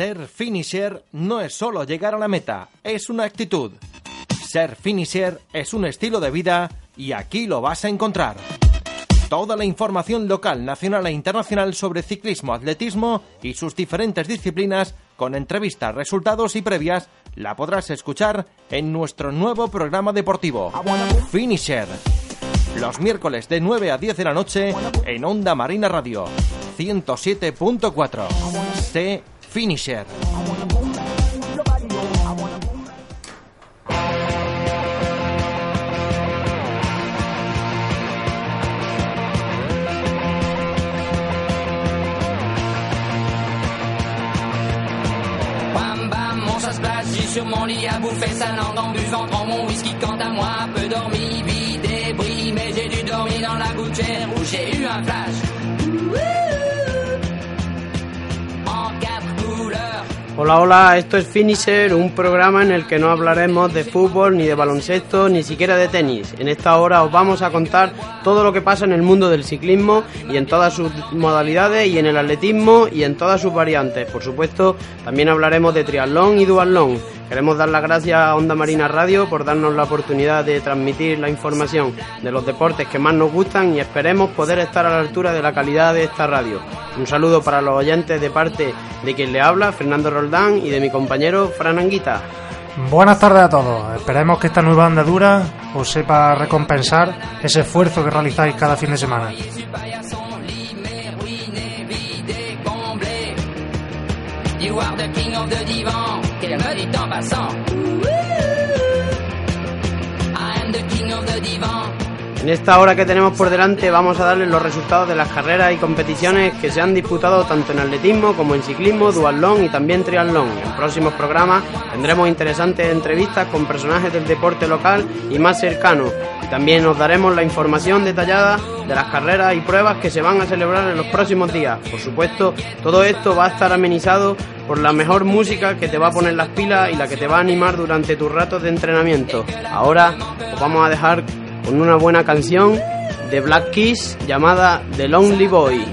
Ser finisher no es solo llegar a la meta, es una actitud. Ser finisher es un estilo de vida y aquí lo vas a encontrar. Toda la información local, nacional e internacional sobre ciclismo, atletismo y sus diferentes disciplinas, con entrevistas, resultados y previas, la podrás escuchar en nuestro nuevo programa deportivo, Finisher. Los miércoles de 9 a 10 de la noche en Onda Marina Radio, 107.4. Sé Finisher. Sur mon lit à bouffer sa langue en buvant grand mon whisky. Quant à moi, peu dormi, vie débris, mais j'ai dû dormir dans la gouttière où j'ai eu un flash. En 4 couleurs. Hola, hola, esto es Finisher, un programa en el que no hablaremos de fútbol, ni de baloncesto, ni siquiera de tenis. En esta hora os vamos a contar todo lo que pasa en el mundo del ciclismo y en todas sus modalidades, y en el atletismo y en todas sus variantes. Por supuesto, también hablaremos de triatlón y duatlón. Queremos dar las gracias a Onda Marina Radio por darnos la oportunidad de transmitir la información de los deportes que más nos gustan y esperemos poder estar a la altura de la calidad de esta radio. Un saludo para los oyentes de parte de quien le habla, Fernando Roldán, y de mi compañero Fran Anguita. Buenas tardes a todos. Esperemos que esta nueva andadura os sepa recompensar ese esfuerzo que realizáis cada fin de semana. You are the king of the divan, qu'elle me dit en passant. I am the king of the divan. En esta hora que tenemos por delante vamos a darles los resultados de las carreras y competiciones que se han disputado tanto en atletismo como en ciclismo, duatlón y también triatlón. En próximos programas tendremos interesantes entrevistas con personajes del deporte local y más cercano. Y también os daremos la información detallada de las carreras y pruebas que se van a celebrar en los próximos días. Por supuesto, todo esto va a estar amenizado por la mejor música que te va a poner las pilas y la que te va a animar durante tus ratos de entrenamiento. Ahora os vamos a dejar con una buena canción de Black Keys llamada The Lonely Boy.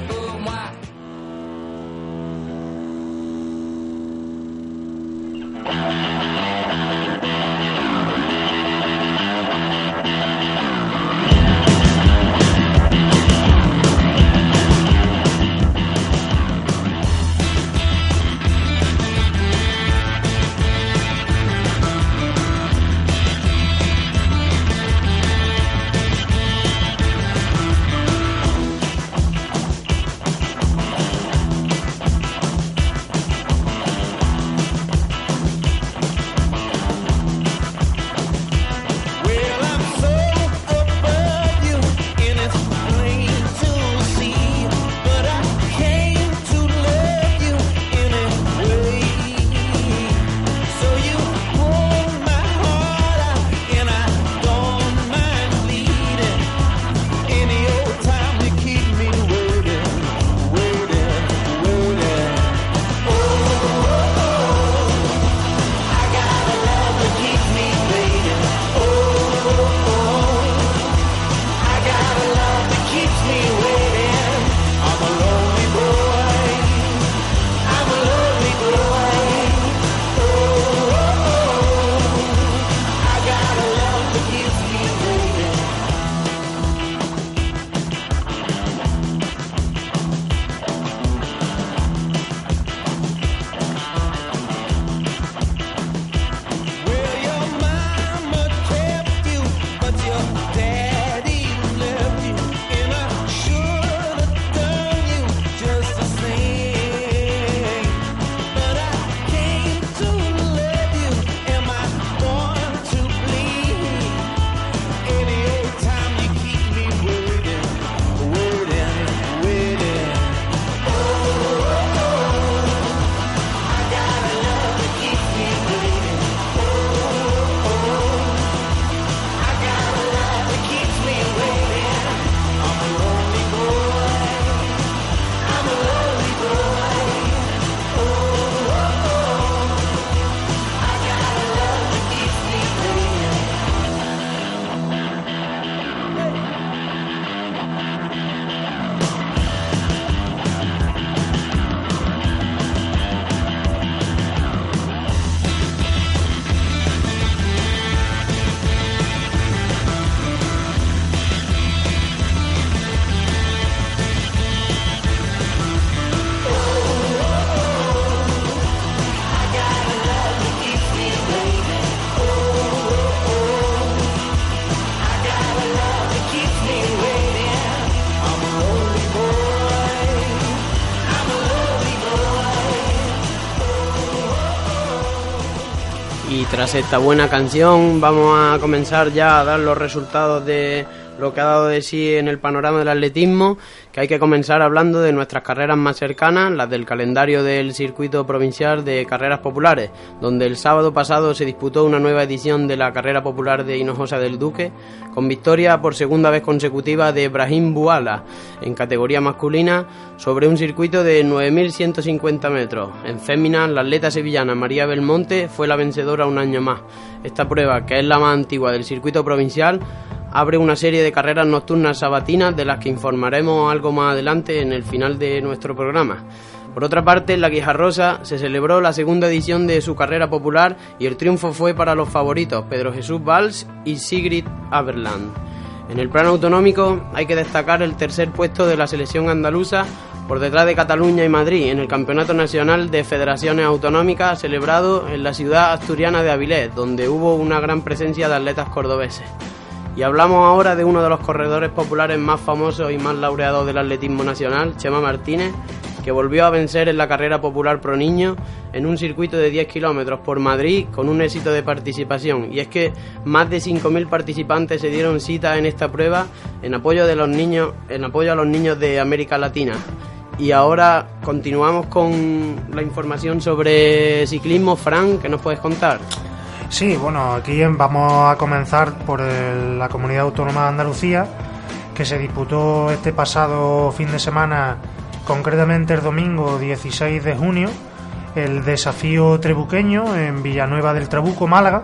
tras esta buena canción vamos a comenzar ya a dar los resultados de lo que ha dado de sí en el panorama del atletismo, que hay que comenzar hablando de nuestras carreras más cercanas, las del calendario del circuito provincial de carreras populares, donde el sábado pasado se disputó una nueva edición de la carrera popular de Hinojosa del Duque, con victoria por segunda vez consecutiva de Brahim Buala en categoría masculina sobre un circuito de 9.150 metros. En féminas, la atleta sevillana María Belmonte fue la vencedora un año más. Esta prueba, que es la más antigua del circuito provincial, abre una serie de carreras nocturnas sabatinas de las que informaremos algo más adelante en el final de nuestro programa. Por otra parte, en la Guijarrosa se celebró la segunda edición de su carrera popular y el triunfo fue para los favoritos Pedro Jesús Valls y Sigrid Aberland. En el plano autonómico hay que destacar el tercer puesto de la selección andaluza por detrás de Cataluña y Madrid en el Campeonato Nacional de Federaciones Autonómicas celebrado en la ciudad asturiana de Avilés, donde hubo una gran presencia de atletas cordobeses. Y hablamos ahora de uno de los corredores populares más famosos y más laureados del atletismo nacional, Chema Martínez, que volvió a vencer en la carrera popular pro niños en un circuito de 10 kilómetros por Madrid con un éxito de participación. Y es que más de 5.000 participantes se dieron cita en esta prueba en apoyo a los niños de América Latina. Y ahora continuamos con la información sobre ciclismo. Fran, ¿qué nos puedes contar? Sí, bueno, aquí vamos a comenzar por la Comunidad Autónoma de Andalucía, que se disputó este pasado fin de semana, concretamente el domingo 16 de junio, el desafío trebuqueño en Villanueva del Trabuco, Málaga,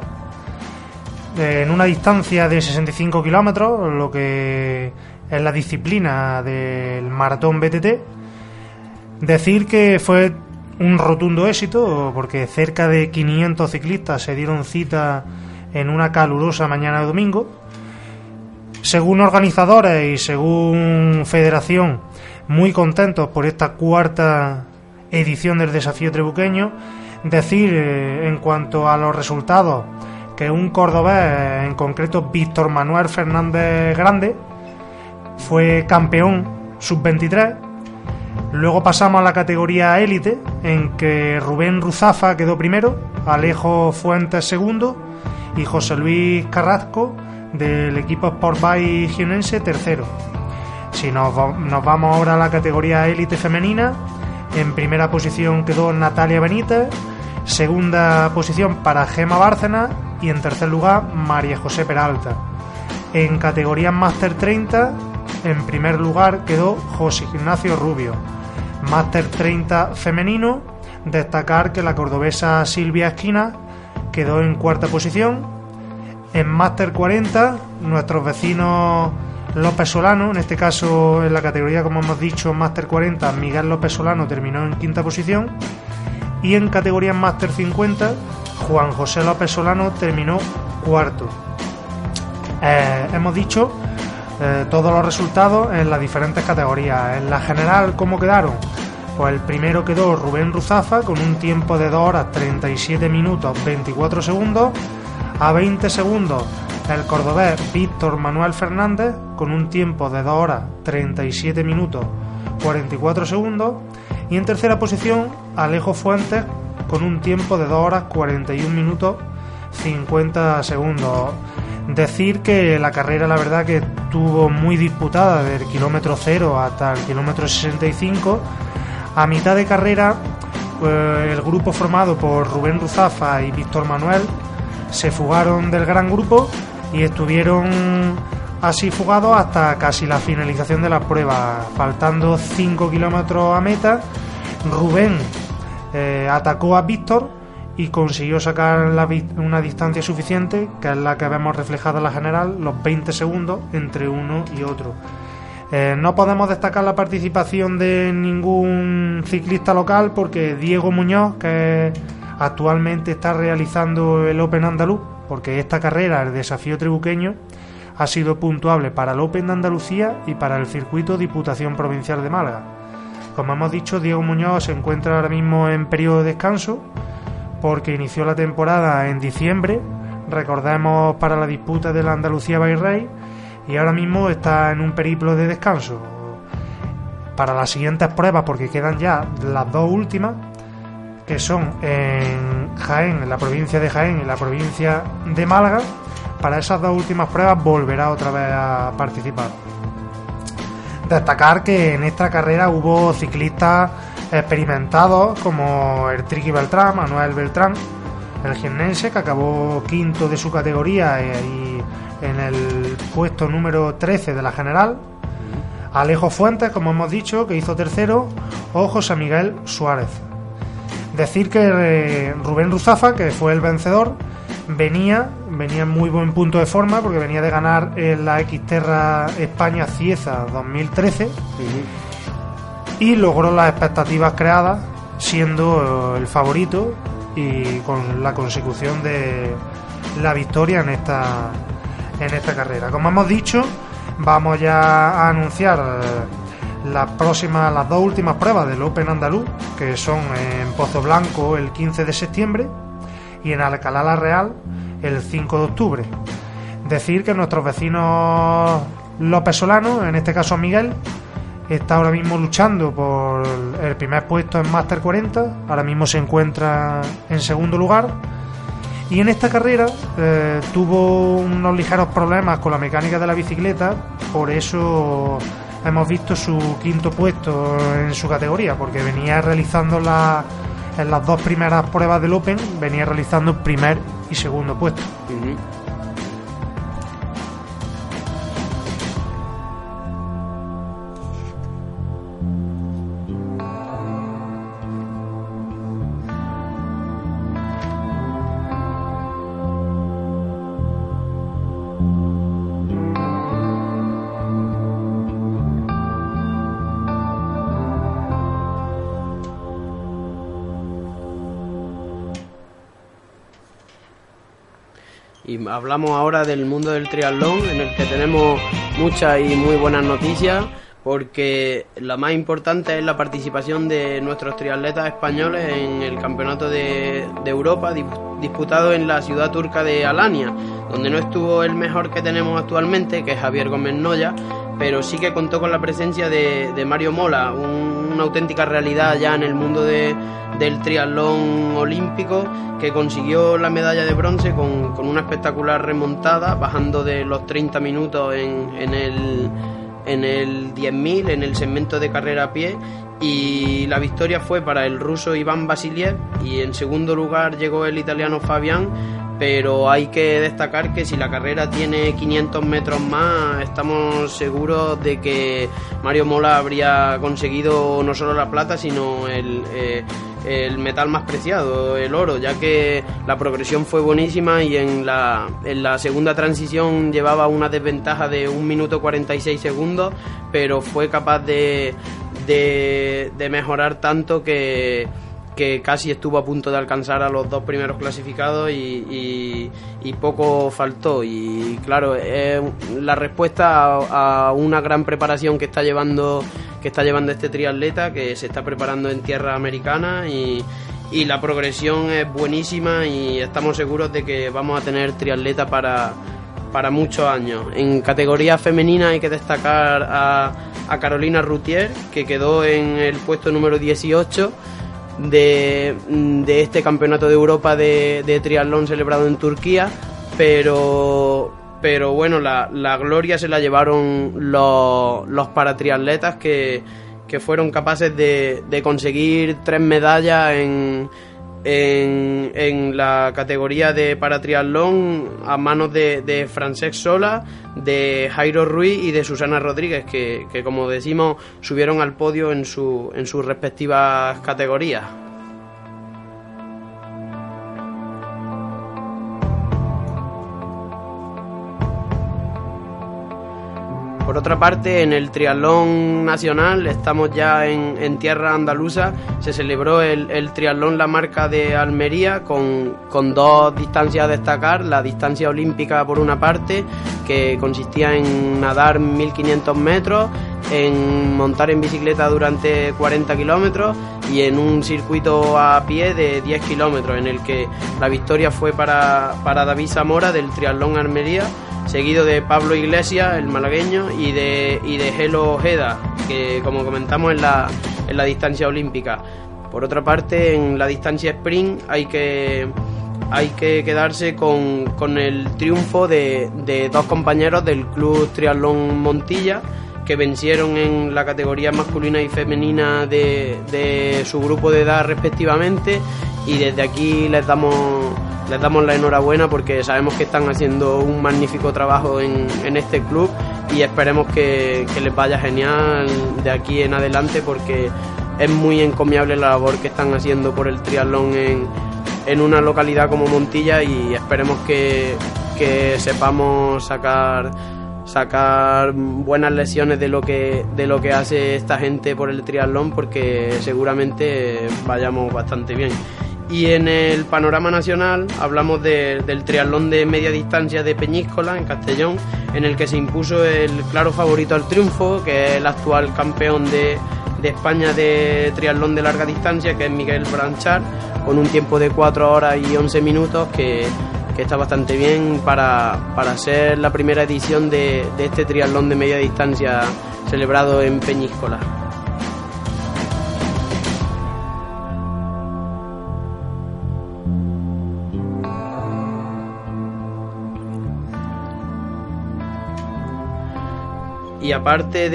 en una distancia de 65 kilómetros, lo que es la disciplina del maratón BTT. Decir que fue un rotundo éxito, porque cerca de 500 ciclistas se dieron cita en una calurosa mañana de domingo. Según organizadores y según federación, muy contentos por esta cuarta edición del desafío trebuqueño. Decir en cuanto a los resultados que un cordobés, en concreto Víctor Manuel Fernández Grande, fue campeón sub-23. Luego pasamos a la categoría élite, en que Rubén Ruzafa quedó primero, Alejo Fuentes segundo y José Luis Carrasco del equipo Sportbike Gionense tercero. Si nos vamos ahora a la categoría élite femenina, en primera posición quedó Natalia Benítez, segunda posición para Gema Bárcena y en tercer lugar María José Peralta. En categoría Máster 30, en primer lugar quedó José Ignacio Rubio. Máster 30 femenino, destacar que la cordobesa Silvia Esquina quedó en cuarta posición. En Máster 40, nuestros vecinos López Solano, en este caso en la categoría, como hemos dicho, Máster 40, Miguel López Solano terminó en quinta posición. Y en categoría Máster 50, Juan José López Solano terminó cuarto. Hemos dicho todos los resultados en las diferentes categorías. En la general, ¿cómo quedaron? Pues el primero quedó Rubén Ruzafa con un tiempo de 2 horas 37 minutos 24 segundos. A 20 segundos el cordobés Víctor Manuel Fernández con un tiempo de 2 horas 37 minutos 44 segundos. Y en tercera posición Alejo Fuentes con un tiempo de 2 horas 41 minutos 50 segundos. Decir que la carrera, la verdad, que estuvo muy disputada del kilómetro 0 hasta el kilómetro 65. A mitad de carrera, el grupo formado por Rubén Ruzafa y Víctor Manuel se fugaron del gran grupo y estuvieron así fugados hasta casi la finalización de la prueba. Faltando 5 kilómetros a meta, Rubén atacó a Víctor y consiguió sacar una distancia suficiente, que es la que vemos reflejada en la general, los 20 segundos entre uno y otro. No podemos destacar la participación de ningún ciclista local, porque Diego Muñoz, que actualmente está realizando el Open Andaluz, porque esta carrera, el desafío trebuqueño, ha sido puntuable para el Open de Andalucía y para el circuito Diputación Provincial de Málaga. Como hemos dicho, Diego Muñoz se encuentra ahora mismo en periodo de descanso, porque inició la temporada en diciembre, recordemos, para la disputa de la Andalucía Bike Race, y ahora mismo está en un periplo de descanso para las siguientes pruebas, porque quedan ya las dos últimas, que son en Jaén, en la provincia de Jaén y la provincia de Málaga. Para esas dos últimas pruebas volverá otra vez a participar. Destacar que en esta carrera hubo ciclistas experimentados como el Triqui Beltrán, Manuel Beltrán, el jiennense, que acabó quinto de su categoría y en el puesto número 13 de la general, Alejo Fuentes, como hemos dicho, que hizo tercero, o José Miguel Suárez. Decir que Rubén Ruzafa, que fue el vencedor, venía en muy buen punto de forma, porque venía de ganar en la Xterra España Cieza 2013 y logró las expectativas creadas, siendo el favorito y con la consecución de la victoria en esta carrera. Como hemos dicho, vamos ya a anunciar las dos últimas pruebas del Open Andaluz, que son en Pozo Blanco el 15 de septiembre y en Alcalá la Real el 5 de octubre. Decir que nuestros vecinos lopesolanos, en este caso Miguel, está ahora mismo luchando por el primer puesto en Máster 40, ahora mismo se encuentra en segundo lugar, y en esta carrera tuvo unos ligeros problemas con la mecánica de la bicicleta, por eso hemos visto su quinto puesto en su categoría, porque venía realizando en las dos primeras pruebas del Open, venía realizando primer y segundo puesto. Y hablamos ahora del mundo del triatlón, en el que tenemos muchas y muy buenas noticias, porque la más importante es la participación de nuestros triatletas españoles en el Campeonato de Europa disputado en la ciudad turca de Alanya, donde no estuvo el mejor que tenemos actualmente, que es Javier Gómez Noya, pero sí que contó con la presencia de Mario Mola, una auténtica realidad ya en el mundo del triatlón olímpico, que consiguió la medalla de bronce con una espectacular remontada, bajando de los 30 minutos en el 10.000, en el segmento de carrera a pie, y la victoria fue para el ruso Iván Vasiliev, y en segundo lugar llegó el italiano Fabián. Pero hay que destacar que si la carrera tiene 500 metros más, estamos seguros de que Mario Mola habría conseguido no solo la plata, sino el metal más preciado, el oro, ya que la progresión fue buenísima y en la segunda transición llevaba una desventaja de 1 minuto 46 segundos, pero fue capaz de mejorar tanto que casi estuvo a punto de alcanzar a los dos primeros clasificados y poco faltó. Y claro, es la respuesta a una gran preparación que está llevando este triatleta, que se está preparando en tierra americana, y la progresión es buenísima y estamos seguros de que vamos a tener triatleta para muchos años. En categoría femenina hay que destacar a Carolina Routier, que quedó en el puesto número 18 de este campeonato de Europa de triatlón celebrado en Turquía, pero bueno, la gloria se la llevaron los paratriatletas que fueron capaces de conseguir 3 medallas en la categoría de paratriatlón a manos de Francesc Sola, de Jairo Ruiz y de Susana Rodríguez, que como decimos subieron al podio en sus respectivas categorías. Por otra parte, en el triatlón nacional, estamos ya en tierra andaluza, se celebró el triatlón La Marca de Almería con 2 distancias a destacar: la distancia olímpica por una parte, que consistía en nadar 1500 metros, en montar en bicicleta durante 40 kilómetros y en un circuito a pie de 10 kilómetros, en el que la victoria fue para David Zamora del triatlón Almería, seguido de Pablo Iglesias, el malagueño, y de Gelo Ojeda, que como comentamos en la distancia olímpica. Por otra parte, en la distancia sprint hay que quedarse con el triunfo de dos compañeros del Club Triatlón Montilla, que vencieron en la categoría masculina y femenina de su grupo de edad respectivamente, y desde aquí les damos la enhorabuena porque sabemos que están haciendo un magnífico trabajo en este club, y esperemos que les vaya genial de aquí en adelante, porque es muy encomiable la labor que están haciendo por el triatlón en una localidad como Montilla, y esperemos que sepamos sacar buenas lecciones de lo que hace esta gente por el triatlón, porque seguramente vayamos bastante bien. Y en el panorama nacional hablamos del triatlón de media distancia de Peñíscola, en Castellón, en el que se impuso el claro favorito al triunfo, que es el actual campeón de España de triatlón de larga distancia, que es Miguel Branchard, con un tiempo de 4 horas y 11 minutos, que está bastante bien para ser la primera edición de este triatlón de media distancia celebrado en Peñíscola. Y aparte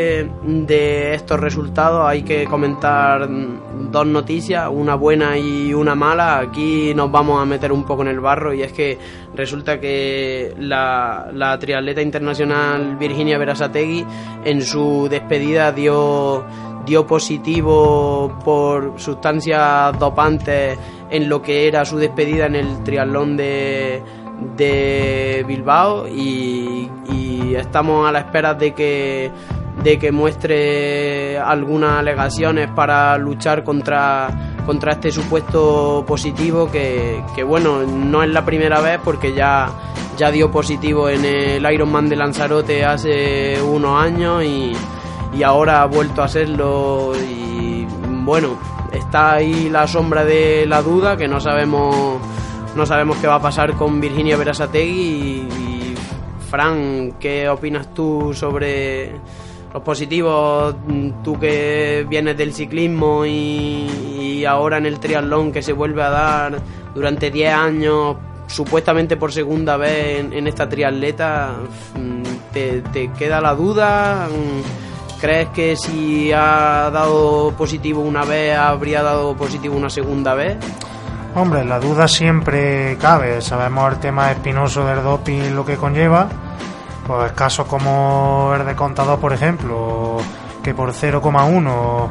de estos resultados, hay que comentar dos noticias, una buena y una mala. Aquí nos vamos a meter un poco en el barro, y es que resulta que la triatleta internacional Virginia Berasategui en su despedida dio positivo por sustancias dopantes en lo que era su despedida en el triatlón de Bilbao, y estamos a la espera de que muestre algunas alegaciones para luchar contra este supuesto positivo, que bueno, no es la primera vez, porque ya dio positivo en el Ironman de Lanzarote hace unos años, y ahora ha vuelto a hacerlo, y bueno, está ahí la sombra de la duda, que no sabemos qué va a pasar con Virginia Berasategui. Y Fran, ¿qué opinas tú sobre los positivos? Tú que vienes del ciclismo y ahora en el triatlón, que se vuelve a dar durante 10 años, supuestamente por segunda vez en esta triatleta, ¿te queda la duda? ¿Crees que si ha dado positivo una vez, habría dado positivo una segunda vez? Hombre, la duda siempre cabe. Sabemos el tema espinoso del doping, lo que conlleva. Pues casos como el de Contador, por ejemplo, que por 0,1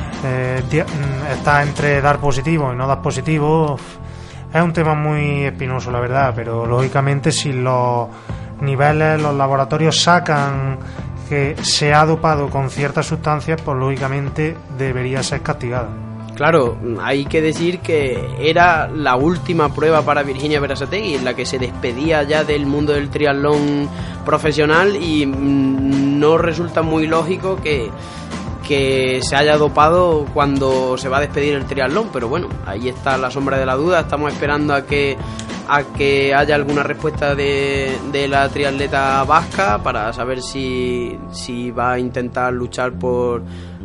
está entre dar positivo y no dar positivo. Es un tema muy espinoso, la verdad, pero lógicamente si los niveles, los laboratorios sacan que se ha dopado con ciertas sustancias, pues lógicamente debería ser castigada. Claro, hay que decir que era la última prueba para Virginia Berasategui, en la que se despedía ya del mundo del triatlón profesional, y no resulta muy lógico que se haya dopado cuando se va a despedir el triatlón, pero bueno, ahí está la sombra de la duda. Estamos esperando a que haya alguna respuesta de la triatleta vasca para saber si va a intentar luchar por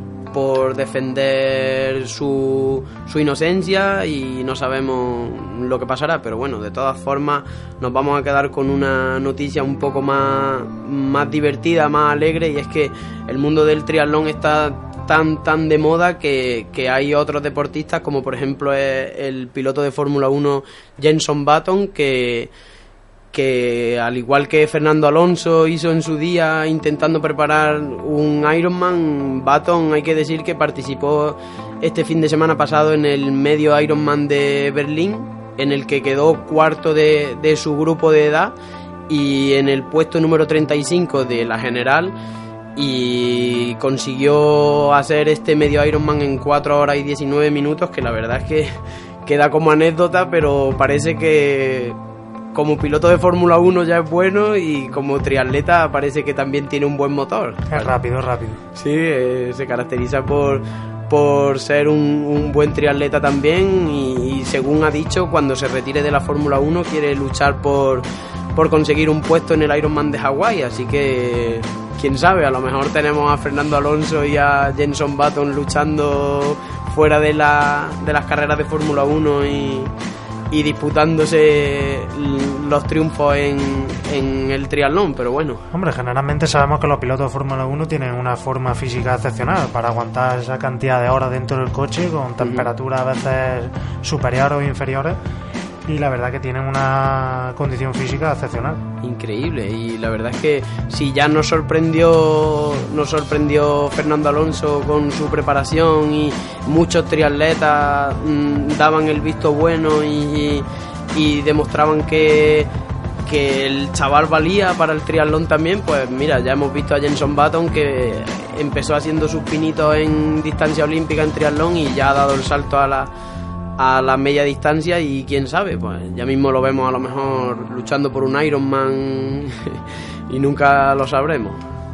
defender su inocencia, y no sabemos lo que pasará, pero bueno, de todas formas nos vamos a quedar con una noticia un poco más divertida, más alegre, y es que el mundo del triatlón está tan de moda que hay otros deportistas, como por ejemplo el piloto de Fórmula 1 Jenson Button, que al igual que Fernando Alonso hizo en su día intentando preparar un Ironman, Button, hay que decir que participó este fin de semana pasado en el medio Ironman de Berlín, en el que quedó cuarto de su grupo de edad y en el puesto número 35 de la general, y consiguió hacer este medio Ironman en 4 horas y 19 minutos, que la verdad es que queda como anécdota, pero parece que como piloto de Fórmula 1 ya es bueno, y como triatleta parece que también tiene un buen motor. Es rápido. Sí, se caracteriza por ser un buen triatleta también, y según ha dicho, cuando se retire de la Fórmula 1 quiere luchar por conseguir un puesto en el Ironman de Hawái, así que quién sabe, a lo mejor tenemos a Fernando Alonso y a Jenson Button luchando fuera de las carreras de Fórmula 1 y disputándose los triunfos en el triatlón, pero bueno. Hombre, generalmente sabemos que los pilotos de Fórmula 1 tienen una forma física excepcional para aguantar esa cantidad de horas dentro del coche con temperaturas a veces superiores o inferiores, y la verdad que tienen una condición física excepcional. Increíble, y la verdad es que si ya nos sorprendió Fernando Alonso con su preparación y muchos triatletas daban el visto bueno y demostraban que el chaval valía para el triatlón también, pues mira, ya hemos visto a Jenson Button que empezó haciendo sus pinitos en distancia olímpica en triatlón y ya ha dado el salto a la media distancia, y quién sabe, pues ya mismo lo vemos a lo mejor luchando por un Ironman y nunca lo sabremos.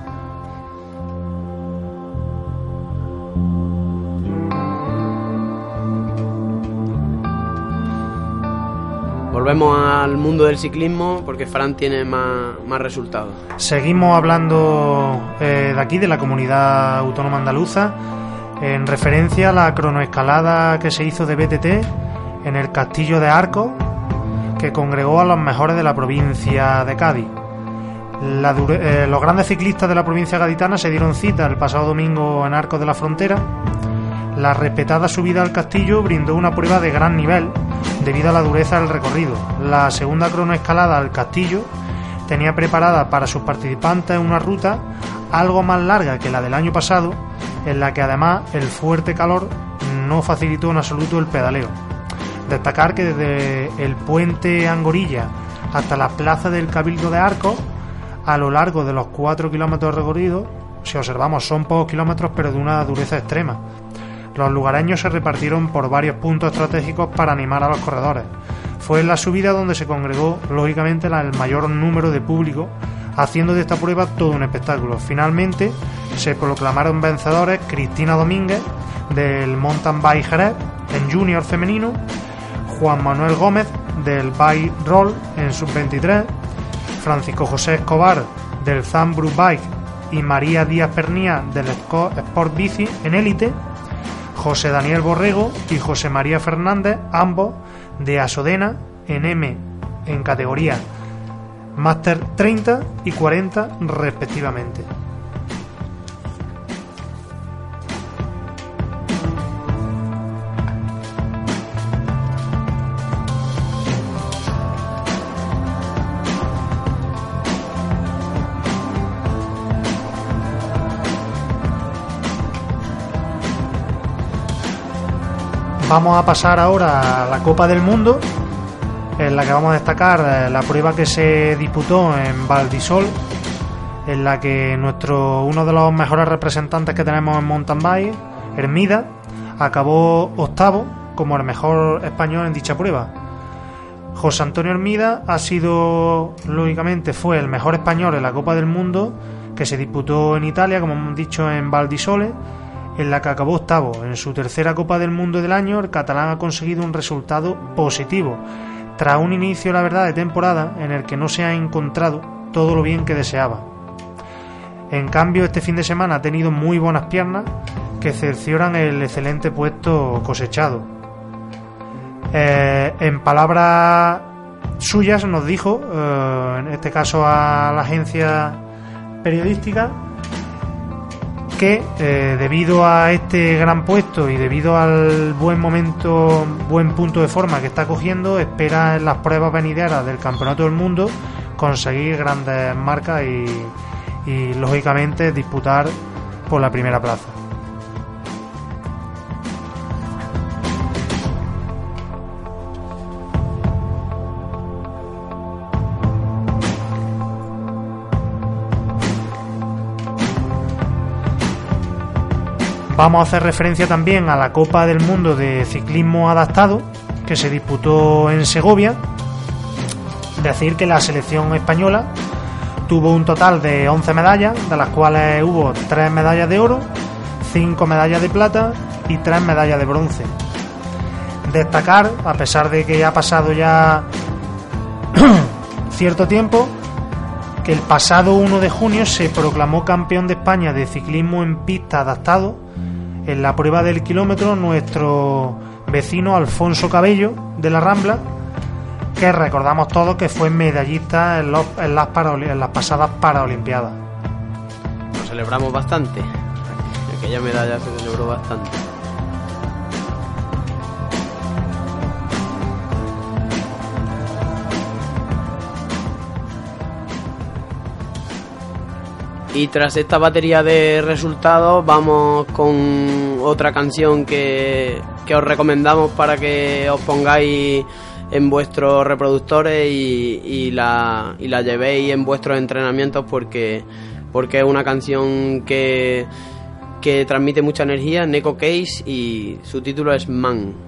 Volvemos al mundo del ciclismo porque Fran tiene más resultados. Seguimos hablando de aquí, de la comunidad autónoma andaluza, en referencia a la cronoescalada que se hizo de BTT en el Castillo de Arcos, que congregó a los mejores de la provincia de Cádiz. Los grandes ciclistas de la provincia gaditana se dieron cita el pasado domingo en Arcos de la Frontera. La respetada subida al castillo brindó una prueba de gran nivel debido a la dureza del recorrido. La segunda cronoescalada al castillo tenía preparada para sus participantes una ruta algo más larga que la del año pasado, en la que además el fuerte calor no facilitó en absoluto el pedaleo. Destacar que desde el puente Angorilla hasta la plaza del Cabildo de Arcos, a lo largo de los 4 kilómetros recorridos, si observamos son pocos kilómetros pero de una dureza extrema. Los lugareños se repartieron por varios puntos estratégicos para animar a los corredores. Fue en la subida donde se congregó, lógicamente, el mayor número de público, haciendo de esta prueba todo un espectáculo. Finalmente se proclamaron vencedores Cristina Domínguez del Mountain Bike Jerez en junior femenino, Juan Manuel Gómez del Bike Roll en sub-23, Francisco José Escobar del Zambru Bike y María Díaz Pernía del Sport Bici en élite, José Daniel Borrego y José María Fernández, ambos de Asodena en M en categoría Máster 30 y 40 respectivamente. Vamos a pasar ahora a la Copa del Mundo, en la que vamos a destacar la prueba que se disputó en Valdisol, en la que uno de los mejores representantes que tenemos en mountain bike, Hermida, acabó octavo como el mejor español en dicha prueba. José Antonio Hermida lógicamente fue el mejor español en la Copa del Mundo, que se disputó en Italia, como hemos dicho, en Valdisole, en la que acabó octavo. En su tercera Copa del Mundo del año, el catalán ha conseguido un resultado positivo, tras un inicio, la verdad, de temporada en el que no se ha encontrado todo lo bien que deseaba. En cambio, este fin de semana ha tenido muy buenas piernas que cercioran el excelente puesto cosechado. En palabras suyas nos dijo, en este caso a la agencia periodística, que debido a este gran puesto y debido al buen punto de forma que está cogiendo, espera en las pruebas venideras del Campeonato del Mundo conseguir grandes marcas y lógicamente disputar por la primera plaza. Vamos a hacer referencia también a la Copa del Mundo de Ciclismo Adaptado, que se disputó en Segovia. Decir que la selección española tuvo un total de 11 medallas, de las cuales hubo 3 medallas de oro, 5 medallas de plata y 3 medallas de bronce. Destacar, a pesar de que ha pasado ya cierto tiempo, que el pasado 1 de junio se proclamó campeón de España de ciclismo en pista adaptado en la prueba del kilómetro nuestro vecino Alfonso Cabello de la Rambla, que recordamos todos que fue medallista en las pasadas Paralimpiadas. Lo celebramos bastante. Aquella medalla se celebró bastante. Y tras esta batería de resultados vamos con otra canción que os recomendamos para que os pongáis en vuestros reproductores y la llevéis en vuestros entrenamientos porque es una canción que transmite mucha energía, Neko Case, y su título es Man.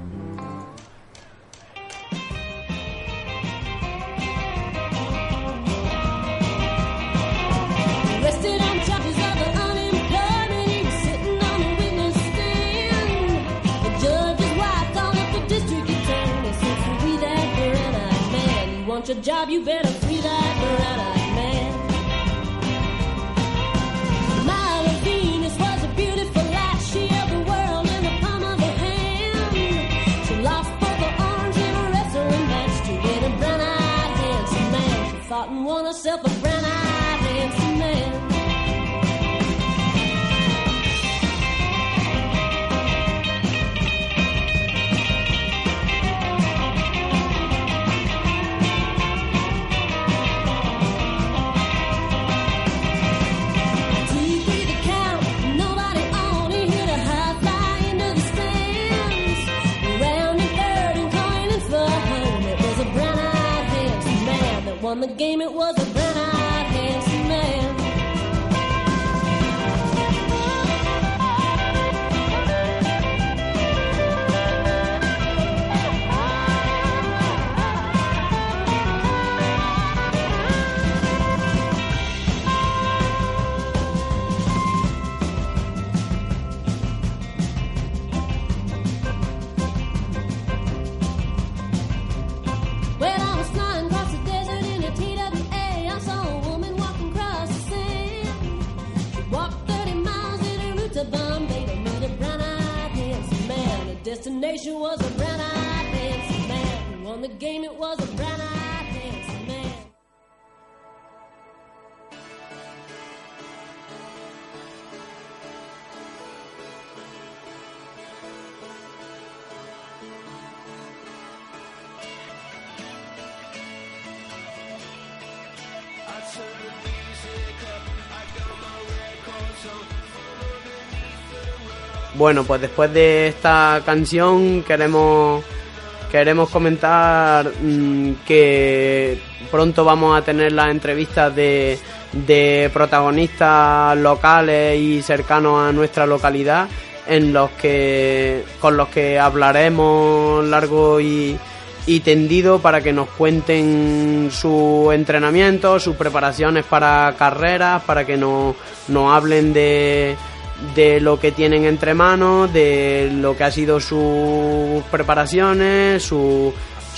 Your job, you better free that brown-eyed man. Milo Venus was a beautiful lass. She held the world in the palm of her hand. She lost both her arms in a wrestling match to get a brown-eyed handsome man. She fought and won herself a brown-eyed handsome man. Won the game, it was a brown-eyed handsome man. When I was flying across the desert in a TWA, I saw a woman walking across the sand. She walked 30 miles in her route to Bombay to meet a brown-eyed handsome man. The destination was a brown-eyed handsome man. Who won the game, it was a brown-eyed handsome man. Bueno, pues después de esta canción queremos comentar que pronto vamos a tener las entrevistas de protagonistas locales y cercanos a nuestra localidad, con los que hablaremos largo y tendido para que nos cuenten su entrenamiento, sus preparaciones para carreras, para que nos hablen de lo que tienen entre manos, de lo que ha sido sus preparaciones, su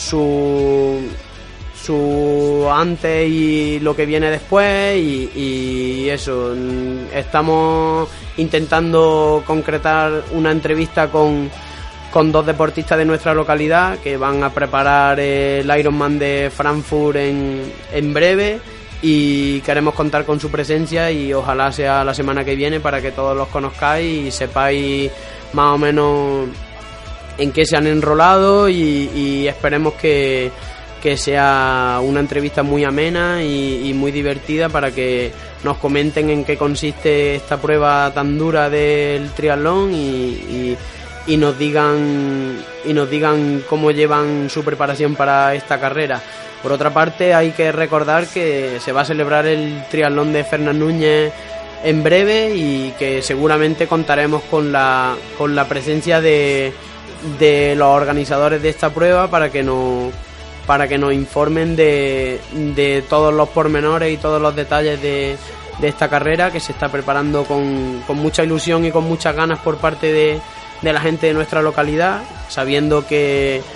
antes y lo que viene después y eso. Estamos intentando concretar una entrevista con dos deportistas de nuestra localidad que van a preparar el Ironman de Frankfurt en breve, y queremos contar con su presencia y ojalá sea la semana que viene para que todos los conozcáis y sepáis más o menos en qué se han enrolado y esperemos que sea una entrevista muy amena y muy divertida para que nos comenten en qué consiste esta prueba tan dura del triatlón y nos digan cómo llevan su preparación para esta carrera. Por otra parte, hay que recordar que se va a celebrar el triatlón de Fernán Núñez en breve y que seguramente contaremos con la presencia de los organizadores de esta prueba para que nos informen de todos los pormenores y todos los detalles de esta carrera, que se está preparando con mucha ilusión y con muchas ganas por parte de la gente de nuestra localidad, sabiendo que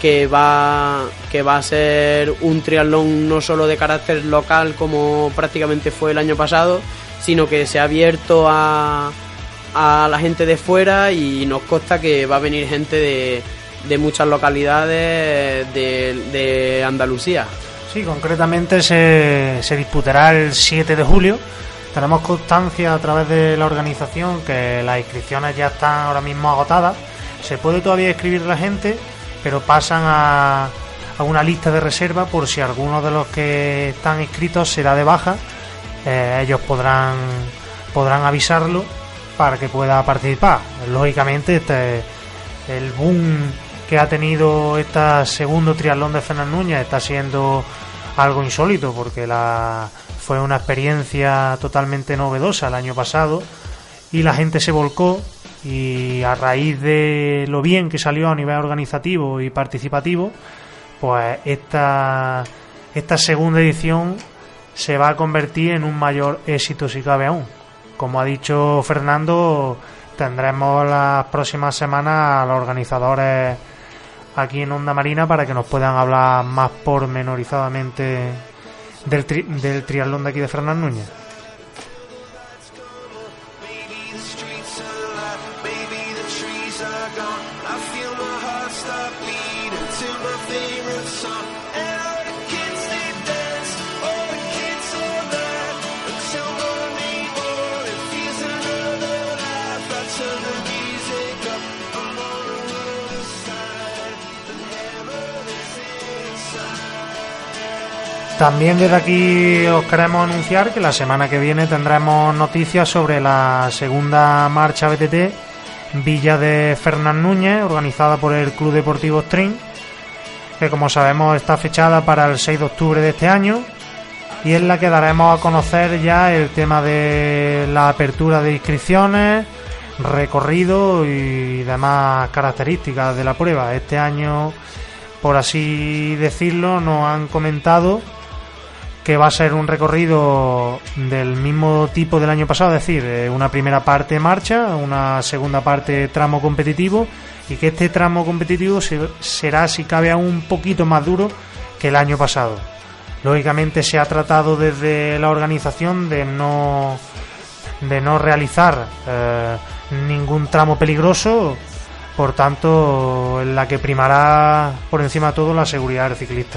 que va a ser un triatlón no solo de carácter local como prácticamente fue el año pasado, sino que se ha abierto a la gente de fuera, y nos consta que va a venir gente de muchas localidades de Andalucía. Sí, concretamente se disputará el 7 de julio. Tenemos constancia a través de la organización que las inscripciones ya están ahora mismo agotadas. Se puede todavía inscribir la gente, pero pasan a una lista de reserva por si alguno de los que están inscritos se da de baja. Ellos podrán avisarlo para que pueda participar. Lógicamente, el boom que ha tenido este segundo triatlón de Fernán Núñez está siendo algo insólito, porque fue una experiencia totalmente novedosa el año pasado y la gente se volcó, y a raíz de lo bien que salió a nivel organizativo y participativo, pues esta segunda edición se va a convertir en un mayor éxito si cabe aún. Como ha dicho Fernando, tendremos las próximas semanas a los organizadores aquí en Onda Marina para que nos puedan hablar más pormenorizadamente del triatlón de aquí de Fernán Núñez. También desde aquí os queremos anunciar que la semana que viene tendremos noticias sobre la segunda marcha BTT Villa de Fernán Núñez, organizada por el Club Deportivo Stream, que como sabemos está fechada para el 6 de octubre de este año, y en la que daremos a conocer ya el tema de la apertura de inscripciones, recorrido y demás características de la prueba. Este año, por así decirlo, nos han comentado que va a ser un recorrido del mismo tipo del año pasado, es decir, una primera parte marcha, una segunda parte tramo competitivo, y que este tramo competitivo será, si cabe, aún un poquito más duro que el año pasado. Lógicamente se ha tratado desde la organización de no realizar ningún tramo peligroso, por tanto, en la que primará por encima de todo la seguridad del ciclista.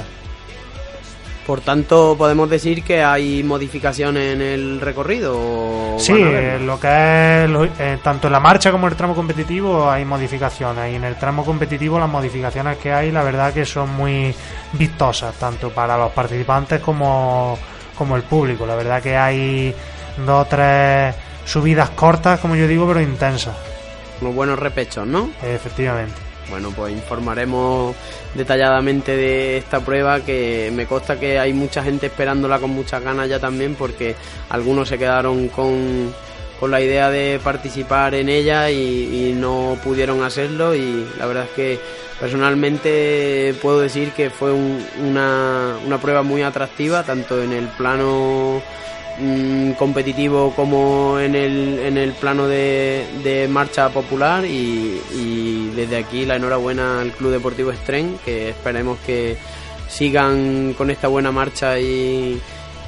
Por tanto, podemos decir que hay modificaciones en el recorrido. Sí, lo que es tanto en la marcha como en el tramo competitivo hay modificaciones, y en el tramo competitivo las modificaciones que hay, la verdad que son muy vistosas, tanto para los participantes como el público. La verdad que hay 2 o 3 subidas cortas, como yo digo, pero intensas. Unos buenos repechos, ¿no? Efectivamente. Bueno, pues informaremos detalladamente de esta prueba, que me consta que hay mucha gente esperándola con muchas ganas ya también, porque algunos se quedaron con la idea de participar en ella y no pudieron hacerlo, y la verdad es que personalmente puedo decir que fue una prueba muy atractiva, tanto en el plano competitivo como en el plano de marcha popular, y desde aquí la enhorabuena al Club Deportivo Estren, que esperemos que sigan con esta buena marcha y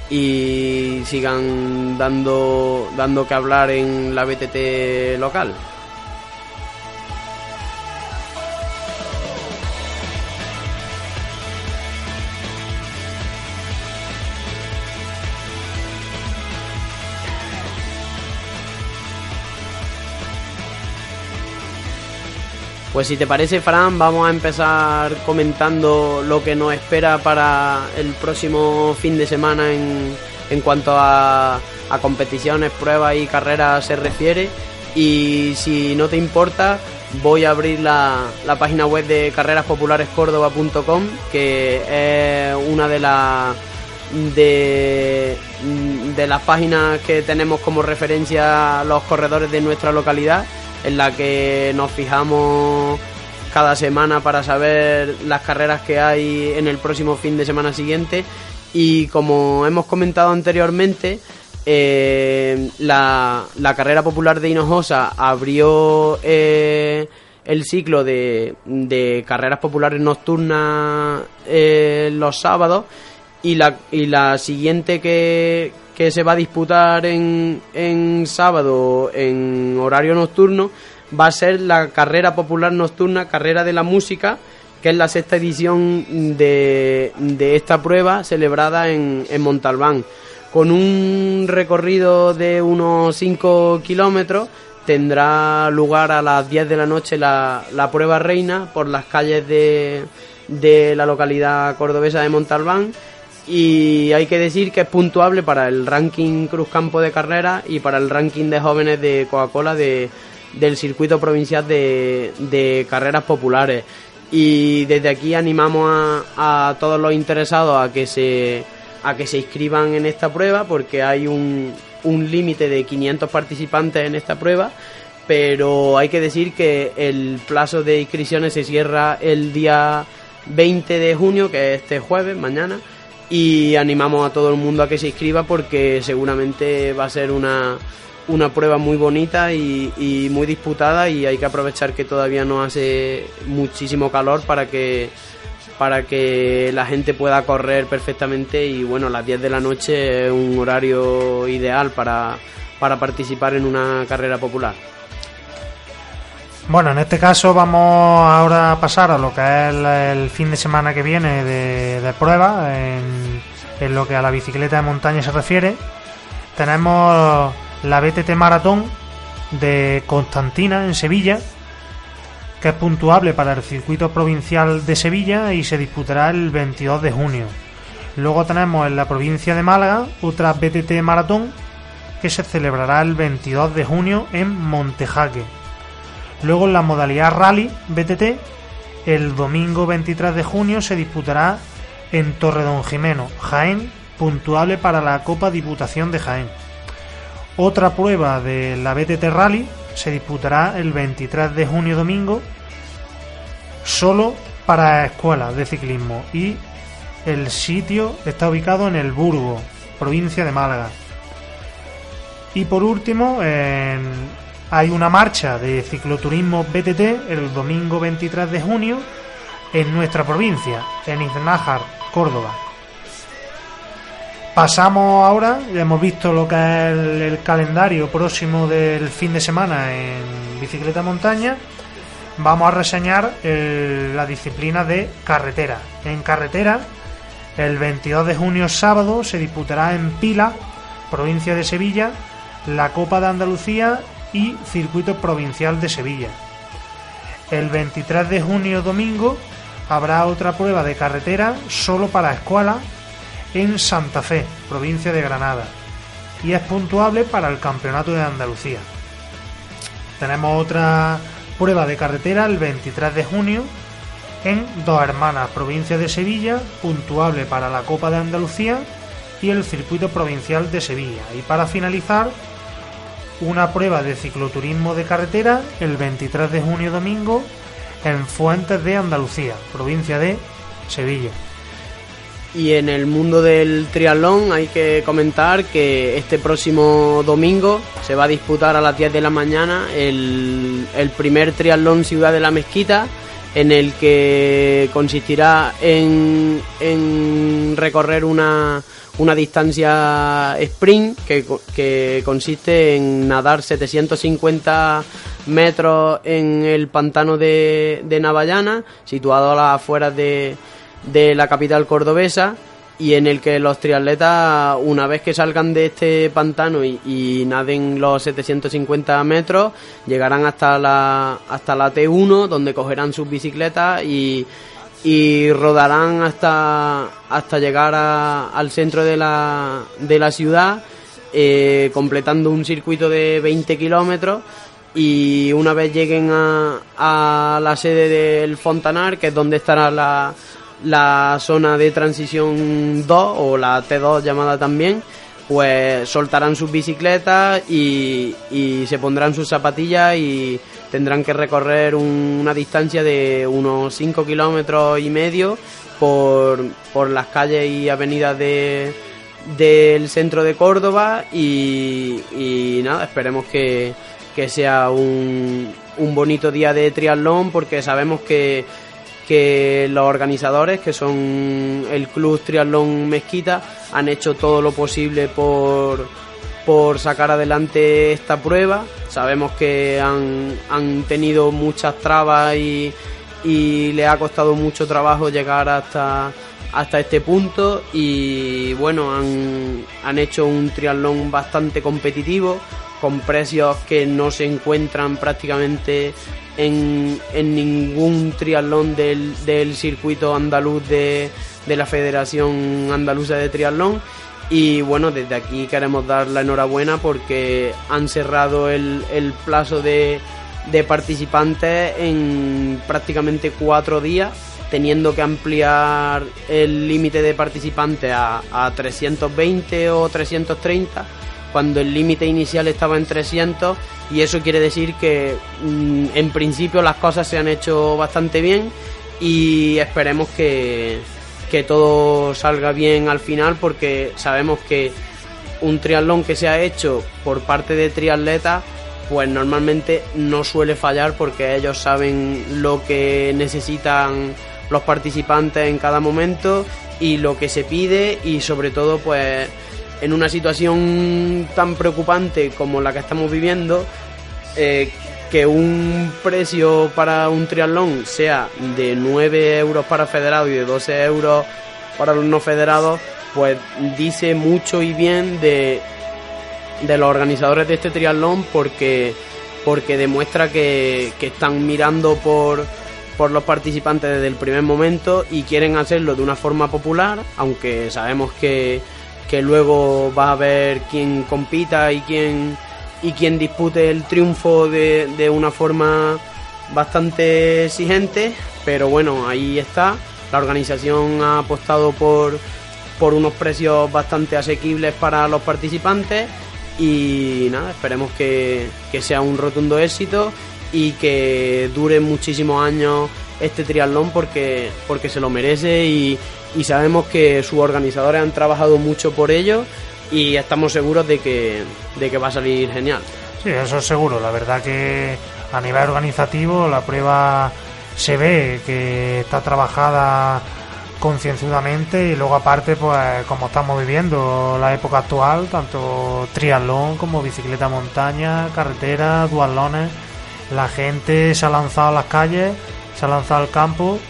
sigan dando que hablar en la BTT local. Pues si te parece, Fran, vamos a empezar comentando lo que nos espera para el próximo fin de semana en cuanto a competiciones, pruebas y carreras se refiere. Y si no te importa, voy a abrir la página web de carreraspopularescordoba.com, que es una de las páginas que tenemos como referencia a los corredores de nuestra localidad, en la que nos fijamos cada semana para saber las carreras que hay en el próximo fin de semana siguiente. Y como hemos comentado anteriormente, la carrera popular de Hinojosa abrió el el ciclo de carreras populares nocturnas los sábados, y la siguiente que se va a disputar en sábado en horario nocturno va a ser la carrera popular nocturna, Carrera de la Música, que es la 6ª edición de esta prueba celebrada en Montalbán, con un recorrido de unos 5 kilómetros. Tendrá lugar a las 10 de la noche la prueba reina por las calles de la localidad cordobesa de Montalbán, y hay que decir que es puntuable para el ranking Cruzcampo de carreras y para el ranking de jóvenes de Coca-Cola del circuito provincial de carreras populares. Y desde aquí animamos a todos los interesados a que se inscriban en esta prueba, porque hay un límite de 500 participantes en esta prueba, pero hay que decir que el plazo de inscripciones se cierra el día 20 de junio, que es este jueves, mañana, y animamos a todo el mundo a que se inscriba, porque seguramente va a ser una prueba muy bonita y muy disputada, y hay que aprovechar que todavía no hace muchísimo calor para que la gente pueda correr perfectamente. Y bueno, las 10 de la noche es un horario ideal para participar en una carrera popular. Bueno, en este caso vamos ahora a pasar a lo que es el fin de semana que viene de pruebas en lo que a la bicicleta de montaña se refiere. Tenemos la BTT Maratón de Constantina en Sevilla, que es puntuable para el circuito provincial de Sevilla y se disputará el 22 de junio. Luego tenemos en la provincia de Málaga otra BTT Maratón que se celebrará el 22 de junio en Montejaque. Luego en la modalidad Rally BTT, el domingo 23 de junio se disputará en Torredonjimeno, Jaén, puntuable para la Copa Diputación de Jaén. Otra prueba de la BTT Rally se disputará el 23 de junio domingo, solo para escuelas de ciclismo, y el sitio está ubicado en El Burgo, provincia de Málaga. Y por último, hay una marcha de cicloturismo BTT el domingo 23 de junio en nuestra provincia, en Iznájar, Córdoba. Pasamos ahora, ya hemos visto lo que es el calendario próximo del fin de semana en bicicleta montaña. Vamos a reseñar la disciplina de carretera. En carretera, el 22 de junio sábado se disputará en Pila, provincia de Sevilla, la Copa de Andalucía y Circuito Provincial de Sevilla. El 23 de junio domingo habrá otra prueba de carretera solo para escuelas en Santa Fe, provincia de Granada, y es puntuable para el Campeonato de Andalucía. Tenemos otra prueba de carretera el 23 de junio en Dos Hermanas, provincia de Sevilla, puntuable para la Copa de Andalucía y el Circuito Provincial de Sevilla. Y para finalizar, una prueba de cicloturismo de carretera el 23 de junio domingo en Fuentes de Andalucía, provincia de Sevilla. Y en el mundo del triatlón hay que comentar que este próximo domingo se va a disputar a las 10 de la mañana el primer triatlón Ciudad de la Mezquita, en el que consistirá en recorrer una distancia sprint que consiste en nadar 750 metros en el pantano de Navallana, situado a las afueras de la capital cordobesa, y en el que los triatletas, una vez que salgan de este pantano y naden los 750 metros, llegarán hasta la T1, donde cogerán sus bicicletas y rodarán hasta llegar al centro de la ciudad, completando un circuito de 20 kilómetros. Y una vez lleguen a la sede del Fontanar, que es donde estará la zona de transición 2, o la T2 llamada también, pues soltarán sus bicicletas y se pondrán sus zapatillas y tendrán que recorrer una distancia de unos 5 kilómetros y medio por las calles y avenidas del centro de Córdoba, y nada, esperemos que sea un bonito día de triatlón, porque sabemos que los organizadores, que son el Club Triatlón Mezquita, han hecho todo lo posible por sacar adelante esta prueba. Sabemos que han tenido muchas trabas y le ha costado mucho trabajo llegar hasta este punto, y bueno, han hecho un triatlón bastante competitivo, con precios que no se encuentran prácticamente en ningún triatlón del circuito andaluz de la Federación Andaluza de Triatlón. Y bueno, desde aquí queremos dar la enhorabuena porque han cerrado el plazo de participantes en prácticamente 4 días, teniendo que ampliar el límite de participantes a 320 o 330, cuando el límite inicial estaba en 300, y eso quiere decir que en principio las cosas se han hecho bastante bien, y esperemos que todo salga bien al final, porque sabemos que un triatlón que se ha hecho por parte de triatletas pues normalmente no suele fallar, porque ellos saben lo que necesitan los participantes en cada momento y lo que se pide, y sobre todo pues en una situación tan preocupante como la que estamos viviendo, que un precio para un triatlón sea de 9 euros para federados y de 12 euros para los no federados, pues dice mucho y bien de los organizadores de este triatlón, porque demuestra que están mirando por los participantes desde el primer momento y quieren hacerlo de una forma popular, aunque sabemos que luego va a haber quien compita y quien dispute el triunfo de una forma bastante exigente, pero bueno, ahí está. La organización ha apostado por unos precios bastante asequibles para los participantes, y nada, esperemos que sea un rotundo éxito y que dure muchísimos años este triatlón, porque se lo merece, y sabemos que sus organizadores han trabajado mucho por ello, y estamos seguros de que va a salir genial. Sí, eso es seguro. La verdad que a nivel organizativo la prueba se ve que está trabajada concienzudamente, y luego aparte, pues como estamos viviendo la época actual, tanto triatlón como bicicleta montaña, carretera, duatlones, la gente se ha lanzado a las calles, se ha lanzado al campo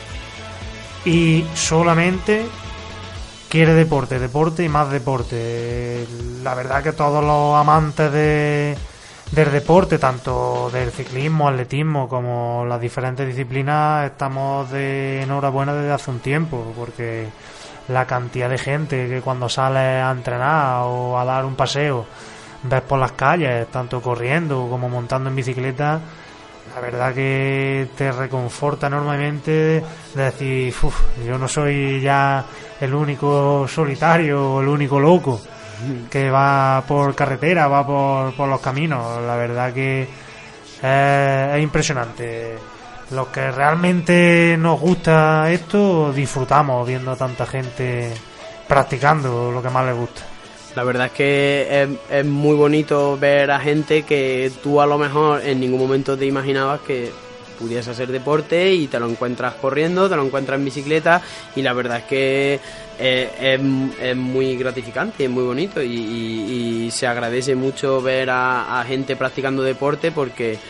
y solamente quiere deporte y más deporte. La verdad que todos los amantes del deporte, tanto del ciclismo, atletismo, como las diferentes disciplinas, estamos de enhorabuena desde hace un tiempo, porque la cantidad de gente que cuando sale a entrenar o a dar un paseo ves por las calles, tanto corriendo como montando en bicicleta, la verdad que te reconforta enormemente de decir, yo no soy ya el único solitario o el único loco que va por carretera, va por los caminos. La verdad que es impresionante. Los que realmente nos gusta esto, disfrutamos viendo a tanta gente practicando lo que más les gusta. La verdad es que es muy bonito ver a gente que tú a lo mejor en ningún momento te imaginabas que pudiese hacer deporte, y te lo encuentras corriendo, te lo encuentras en bicicleta, y la verdad es que es muy gratificante, es muy bonito, y se agradece mucho ver a gente practicando deporte, porque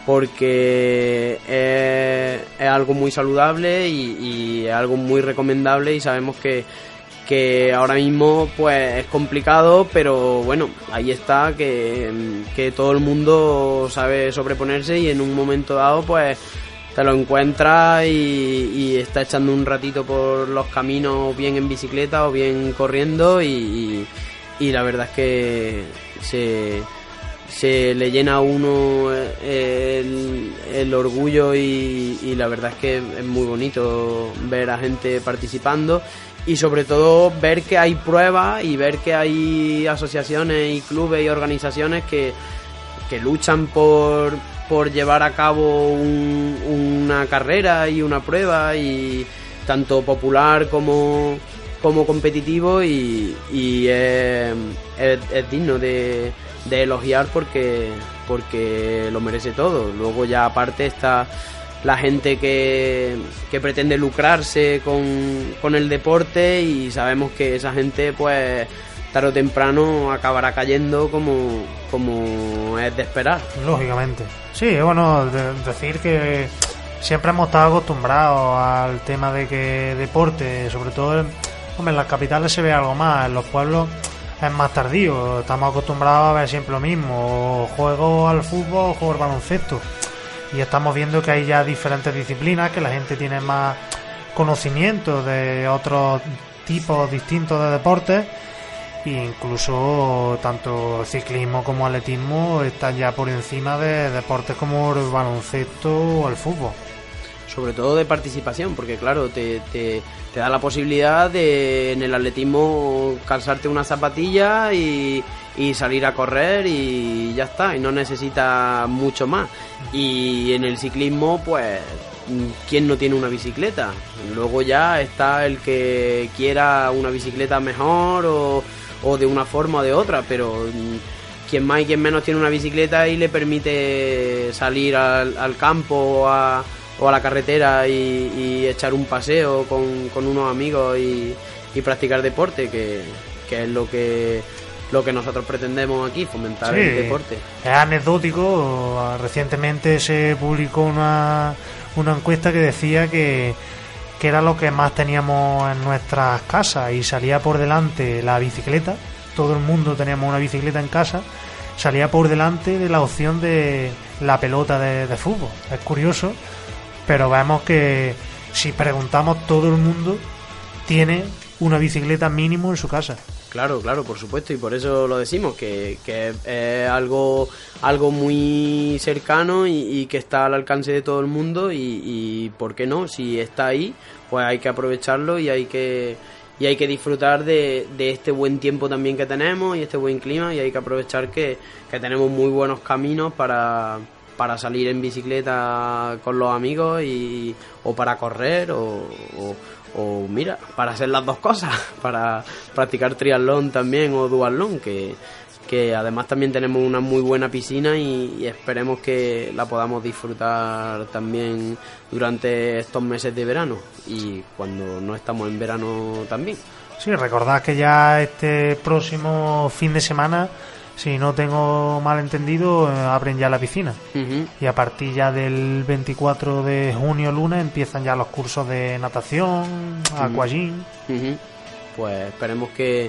es algo muy saludable y es algo muy recomendable, y sabemos que ahora mismo pues es complicado, pero bueno, ahí está, que todo el mundo sabe sobreponerse, y en un momento dado pues te lo encuentras y está echando un ratito por los caminos, bien en bicicleta o bien corriendo, y la verdad es que se le llena a uno el orgullo, y la verdad es que es muy bonito ver a gente participando, y sobre todo ver que hay pruebas y ver que hay asociaciones y clubes y organizaciones que luchan por llevar a cabo una carrera y una prueba, y tanto popular como competitivo, y es digno de elogiar porque lo merece todo. Luego ya aparte está la gente que pretende lucrarse con el deporte, y sabemos que esa gente pues tarde o temprano acabará cayendo como es de esperar. Lógicamente. Sí, bueno, decir que siempre hemos estado acostumbrados al tema de que deporte, sobre todo en las capitales se ve algo más, en los pueblos es más tardío, estamos acostumbrados a ver siempre lo mismo, o juego al fútbol o juego al baloncesto, y estamos viendo que hay ya diferentes disciplinas, que la gente tiene más conocimiento de otros tipos distintos de deportes, e incluso tanto el ciclismo como el atletismo están ya por encima de deportes como el baloncesto o el fútbol. Sobre todo de participación, porque claro, te da la posibilidad de en el atletismo calzarte una zapatilla y salir a correr y ya está, y no necesitas mucho más. Y en el ciclismo, pues, ¿quién no tiene una bicicleta? Luego ya está el que quiera una bicicleta mejor o de una forma o de otra, pero quien más y quien menos tiene una bicicleta y le permite salir al campo o a la carretera y echar un paseo con unos amigos y practicar deporte, que es lo que nosotros pretendemos aquí, fomentar el deporte. Es anecdótico. Recientemente se publicó una encuesta que decía que era lo que más teníamos en nuestras casas, y salía por delante la bicicleta. Todo el mundo teníamos una bicicleta en casa, salía por delante de la opción de la pelota de fútbol. Es curioso, pero vemos que si preguntamos, todo el mundo tiene una bicicleta mínimo en su casa. Claro, por supuesto, y por eso lo decimos, que es algo muy cercano y que está al alcance de todo el mundo, y ¿por qué no? Si está ahí, pues hay que aprovecharlo y hay que disfrutar de este buen tiempo también que tenemos y este buen clima, y hay que aprovechar que tenemos muy buenos caminos para salir en bicicleta con los amigos o para correr o mira, para hacer las dos cosas, para practicar triatlón también o duatlón, que además también tenemos una muy buena piscina y esperemos que la podamos disfrutar también durante estos meses de verano y cuando no estamos en verano también. Sí, recordad que ya este próximo fin de semana, si no tengo mal entendido, abren ya la piscina. Uh-huh. Y a partir ya del 24 de junio, lunes, empiezan ya los cursos de natación, aquagym. Uh-huh. Pues esperemos que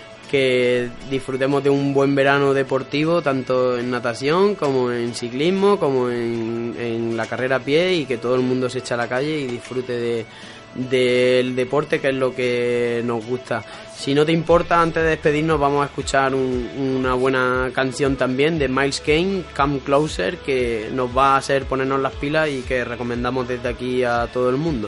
disfrutemos de un buen verano deportivo, tanto en natación como en ciclismo, como en la carrera a pie, y que todo el mundo se eche a la calle y disfrute del deporte, que es lo que nos gusta. Si no te importa, antes de despedirnos vamos a escuchar una buena canción también de Miles Kane, Come Closer, que nos va a hacer ponernos las pilas y que recomendamos desde aquí a todo el mundo.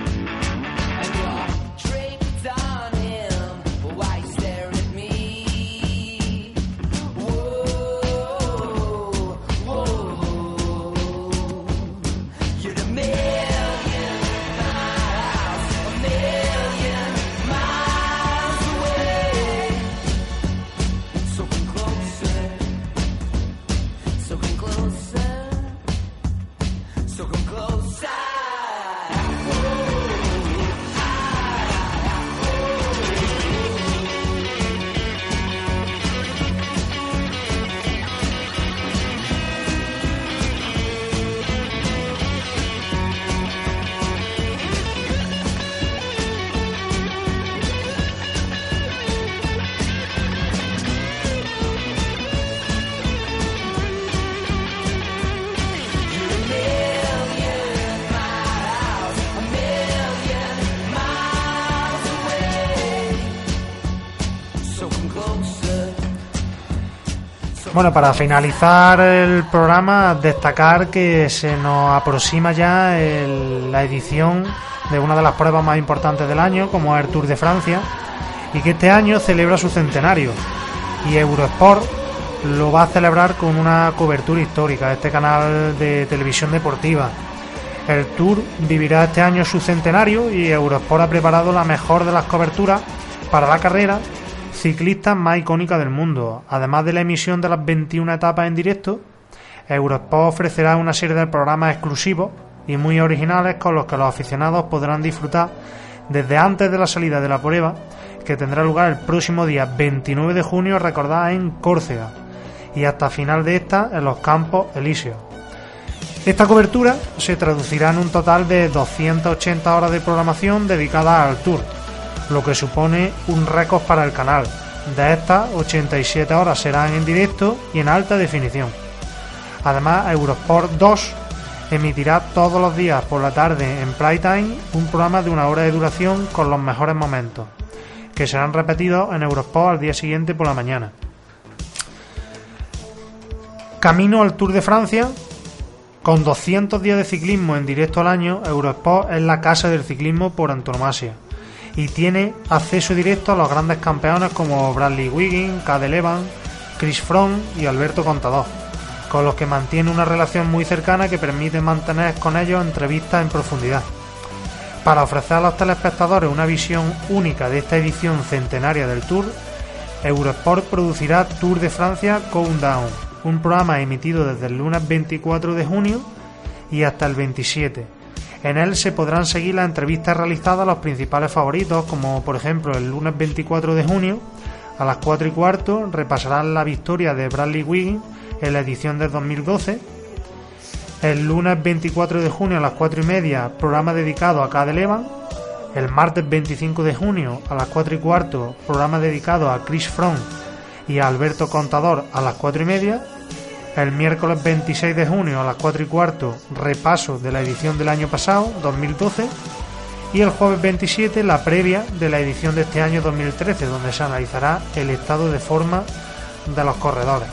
Draped on him, why you staring at me? Bueno, para finalizar el programa, destacar que se nos aproxima ya la edición de una de las pruebas más importantes del año, como es el Tour de Francia, y que este año celebra su centenario. Y Eurosport lo va a celebrar con una cobertura histórica, este canal de televisión deportiva. El Tour vivirá este año su centenario y Eurosport ha preparado la mejor de las coberturas para la carrera ciclista más icónica del mundo. Además de la emisión de las 21 etapas en directo, Eurosport ofrecerá una serie de programas exclusivos y muy originales con los que los aficionados podrán disfrutar desde antes de la salida de la prueba, que tendrá lugar el próximo día 29 de junio, recordad, en Córcega, y hasta final de esta en los Campos Elíseos. Esta cobertura se traducirá en un total de 280 horas de programación dedicadas al Tour, lo que supone un récord para el canal. De estas, 87 horas serán en directo y en alta definición. Además, Eurosport 2 emitirá todos los días por la tarde en Prime Time un programa de 1 hora de duración con los mejores momentos, que serán repetidos en Eurosport al día siguiente por la mañana. Camino al Tour de Francia. Con 200 días de ciclismo en directo al año, Eurosport es la casa del ciclismo por antonomasia y tiene acceso directo a los grandes campeones como Bradley Wiggins, Cadel Evans, Chris Froome y Alberto Contador, con los que mantiene una relación muy cercana que permite mantener con ellos entrevistas en profundidad. Para ofrecer a los telespectadores una visión única de esta edición centenaria del Tour, Eurosport producirá Tour de Francia Countdown, un programa emitido desde el lunes 24 de junio y hasta el 27. En él se podrán seguir las entrevistas realizadas a los principales favoritos, como por ejemplo el lunes 24 de junio a las 4:15 repasarán la victoria de Bradley Wiggins en la edición del 2012. El lunes 24 de junio a las 4:30 programa dedicado a Cadel Evans. El martes 25 de junio a las 4:15 programa dedicado a Chris Froome y a Alberto Contador a las 4:30. El miércoles 26 de junio a las 4:15 repaso de la edición del año pasado, 2012. Y el jueves 27 la previa de la edición de este año 2013, donde se analizará el estado de forma de los corredores.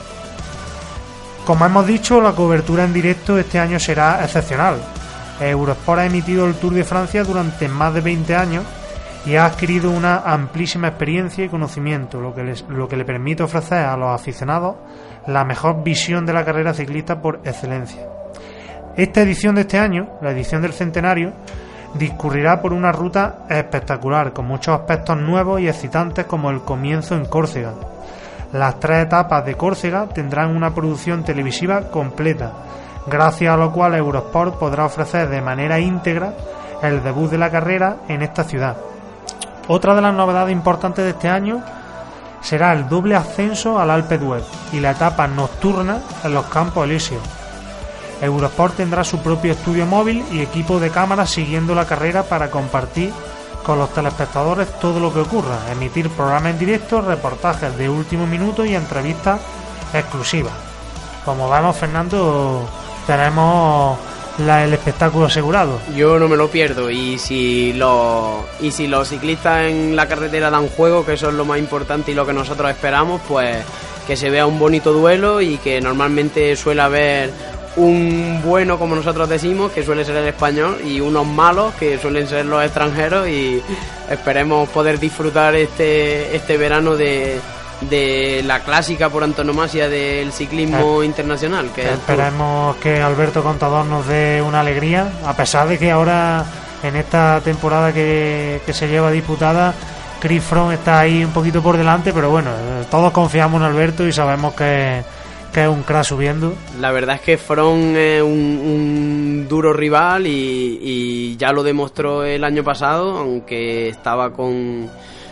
Como hemos dicho, la cobertura en directo este año será excepcional. Eurosport ha emitido el Tour de Francia durante más de 20 años y ha adquirido una amplísima experiencia y conocimiento, lo que le permite ofrecer a los aficionados la mejor visión de la carrera ciclista por excelencia. Esta edición de este año, la edición del centenario, discurrirá por una ruta espectacular, con muchos aspectos nuevos y excitantes, como el comienzo en Córcega. Las 3 etapas de Córcega tendrán una producción televisiva completa, gracias a lo cual Eurosport podrá ofrecer de manera íntegra el debut de la carrera en esta ciudad. Otra de las novedades importantes de este año será el doble ascenso al Alpe d'Huez y la etapa nocturna en los Campos Elíseos. Eurosport tendrá su propio estudio móvil y equipo de cámaras siguiendo la carrera para compartir con los telespectadores todo lo que ocurra, emitir programas en directo, reportajes de último minuto y entrevistas exclusivas. Como vemos, Fernando, tenemos el espectáculo asegurado. Yo no me lo pierdo, y si los ciclistas en la carretera dan juego, que eso es lo más importante y lo que nosotros esperamos, pues que se vea un bonito duelo, y que normalmente suele haber un bueno, como nosotros decimos, que suele ser el español, y unos malos, que suelen ser los extranjeros, y esperemos poder disfrutar este verano de la clásica por antonomasia del ciclismo internacional, que esperemos que Alberto Contador nos dé una alegría, a pesar de que ahora en esta temporada que se lleva disputada, Chris Froome está ahí un poquito por delante, pero bueno, todos confiamos en Alberto y sabemos que es un crack subiendo. La verdad es que Froome es un duro rival y ya lo demostró el año pasado, aunque estaba con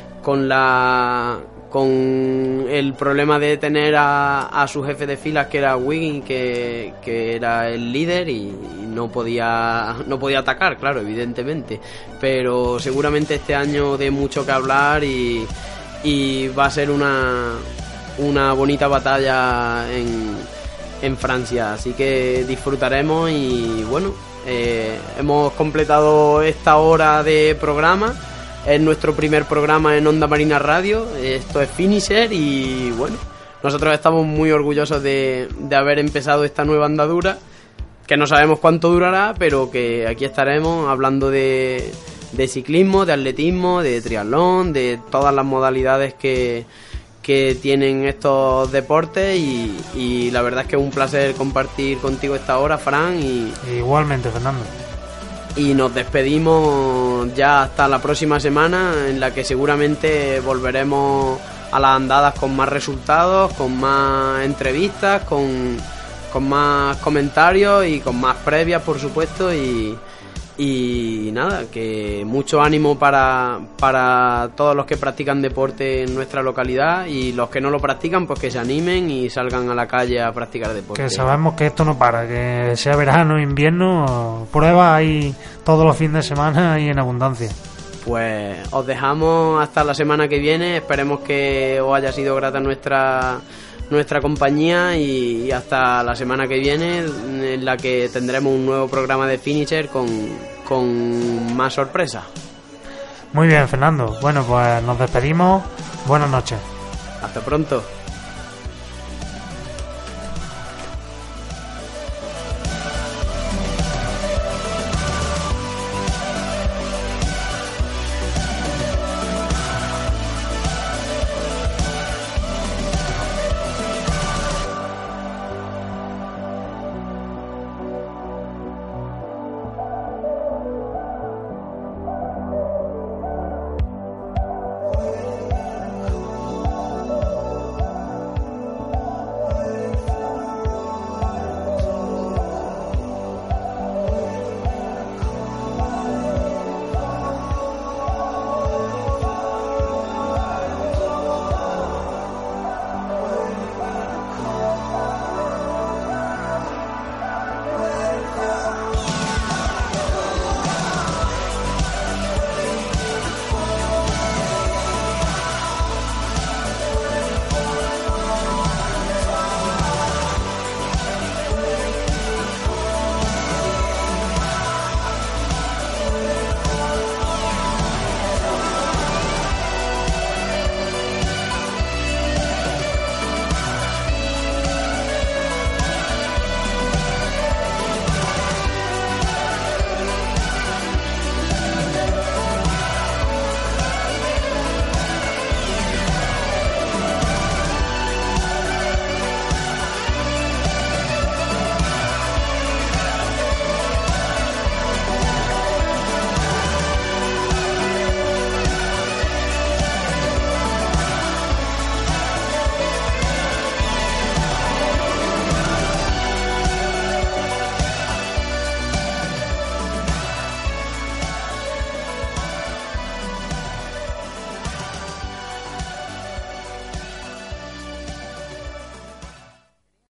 el problema de tener a su jefe de filas, que era Wiggins, que era el líder, y no podía atacar, claro, evidentemente, pero seguramente este año dé mucho que hablar y va a ser una bonita batalla en Francia, así que disfrutaremos. Y bueno, hemos completado esta hora de programa. Es nuestro primer programa en Onda Marina Radio. Esto es Finisher y bueno, nosotros estamos muy orgullosos de haber empezado esta nueva andadura, que no sabemos cuánto durará, pero que aquí estaremos hablando de ciclismo, de atletismo, de triatlón, de todas las modalidades que tienen estos deportes y la verdad es que es un placer compartir contigo esta hora, Fran. Igualmente, Fernando. Y nos despedimos ya hasta la próxima semana, en la que seguramente volveremos a las andadas con más resultados, con más entrevistas, con más comentarios y con más previas, por supuesto, y nada, que mucho ánimo para todos los que practican deporte en nuestra localidad, y los que no lo practican, pues que se animen y salgan a la calle a practicar deporte. Que sabemos que esto no para, que sea verano, invierno, pruebas hay todos los fines de semana y en abundancia. Pues os dejamos hasta la semana que viene, esperemos que os haya sido grata nuestra compañía, y hasta la semana que viene, en la que tendremos un nuevo programa de Finisher con más sorpresas. Muy bien, Fernando. Bueno, pues nos despedimos. Buenas noches. Hasta pronto.